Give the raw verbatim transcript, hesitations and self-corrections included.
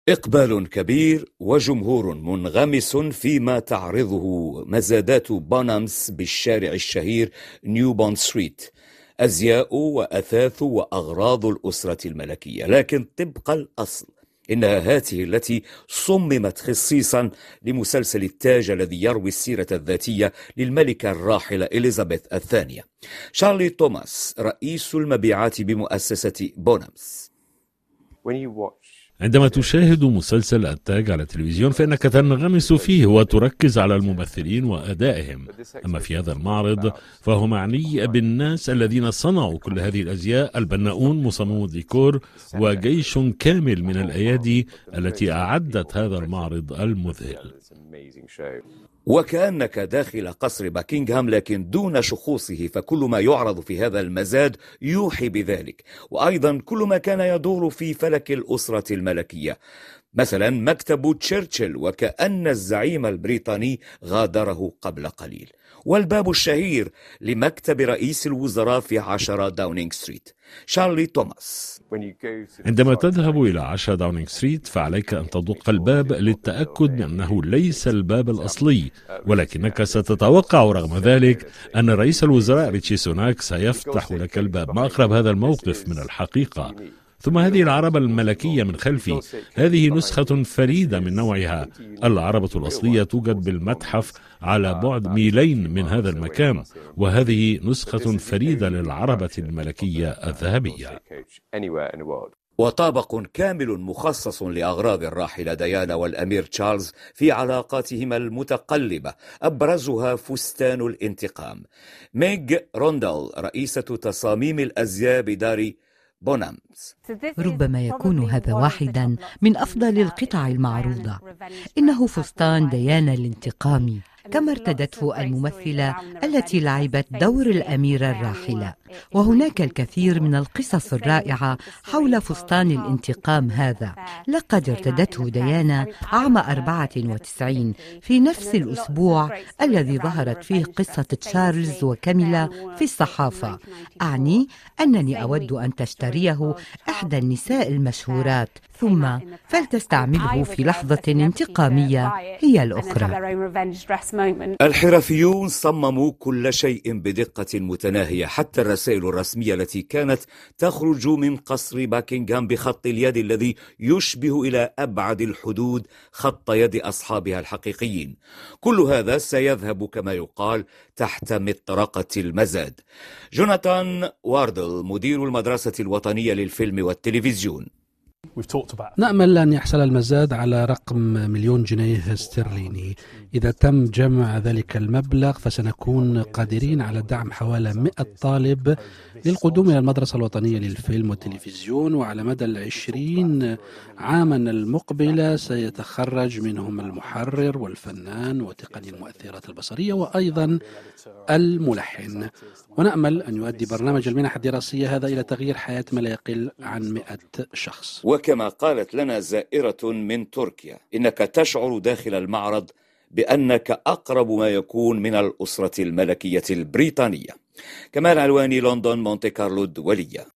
إقبال كبير وجمهور منغمس فيما تعرضه مزادات بونامس بالشارع الشهير نيو بوند ستريت، أزياء وأثاث وأغراض الأسرة الملكية، لكن طبق الأصل إنها هذه التي صممت خصيصا لمسلسل التاج الذي يروي السيرة الذاتية للملكة الراحلة إليزابيث الثانية. شارلي توماس رئيس المبيعات بمؤسسة بونامس: عندما تشاهد مسلسل التاج على التلفزيون فإنك تنغمس فيه وتركز على الممثلين وأدائهم، أما في هذا المعرض فهو معني بالناس الذين صنعوا كل هذه الأزياء، البناؤون، مصممو الديكور، وجيش كامل من الأيادي التي أعدت هذا المعرض المذهل. وكأنك داخل قصر باكنغهام لكن دون شخوصه، فكل ما يعرض في هذا المزاد يوحي بذلك، وأيضا كل ما كان يدور في فلك الأسرة الملكية، مثلا مكتب تشرشل وكأن الزعيم البريطاني غادره قبل قليل، والباب الشهير لمكتب رئيس الوزراء في عشرة داونينغ ستريت. شارلي توماس: عندما تذهب إلى عشرة داونينغ ستريت فعليك أن تدق الباب للتأكد من أنه ليس الباب الأصلي، ولكنك ستتوقع رغم ذلك أن رئيس الوزراء ريتشي سوناك سيفتح لك الباب. ما أقرب هذا الموقف من الحقيقة. ثم هذه العربة الملكية من خلفي، هذه نسخة فريدة من نوعها. العربة الأصلية توجد بالمتحف على بعد ميلين من هذا المكان، وهذه نسخة فريدة للعربة الملكية الذهبية. وطابق كامل مخصص لأغراض الراحلة ديانا والأمير تشارلز في علاقاتهما المتقلبة، أبرزها فستان الانتقام. ميغ روندل رئيسة تصاميم الأزياء بدار بونامس: ربما يكون هذا واحدا من أفضل القطع المعروضة. إنه فستان ديانا الانتقامي كما ارتدته الممثلة التي لعبت دور الأميرة الراحلة، وهناك الكثير من القصص الرائعة حول فستان الانتقام هذا. لقد ارتدته ديانا عام أربعة وتسعين في نفس الأسبوع الذي ظهرت فيه قصة تشارلز وكاميلا في الصحافة. أعني أنني أود أن تشتريه إحدى النساء المشهورات، ثم فلتستعمله في لحظة انتقامية هي الأخرى. الحرفيون صمموا كل شيء بدقة متناهية، حتى الرسائل الرسمية التي كانت تخرج من قصر باكنغهام بخط اليد الذي يشبه إلى أبعد الحدود خط يد أصحابها الحقيقيين. كل هذا سيذهب كما يقال تحت مطرقة المزاد. جوناثان واردل مدير المدرسة الوطنية للفيلم والتلفزيون: نأمل أن يحصل المزاد على رقم مليون جنيه استرليني. إذا تم جمع ذلك المبلغ فسنكون قادرين على دعم حوالي مئة طالب للقدوم إلى المدرسة الوطنية للفيلم والتلفزيون، وعلى مدى العشرين عاما المقبلة سيتخرج منهم المحرر والفنان وتقني المؤثرات البصرية وأيضا الملحن. ونأمل أن يؤدي برنامج المنح الدراسية هذا إلى تغيير حياة ما لا يقل عن مئة شخص. وكما قالت لنا زائرة من تركيا: إنك تشعر داخل المعرض بأنك أقرب ما يكون من الأسرة الملكية البريطانية. كمال علواني، لندن، مونتي كارلو الدولية.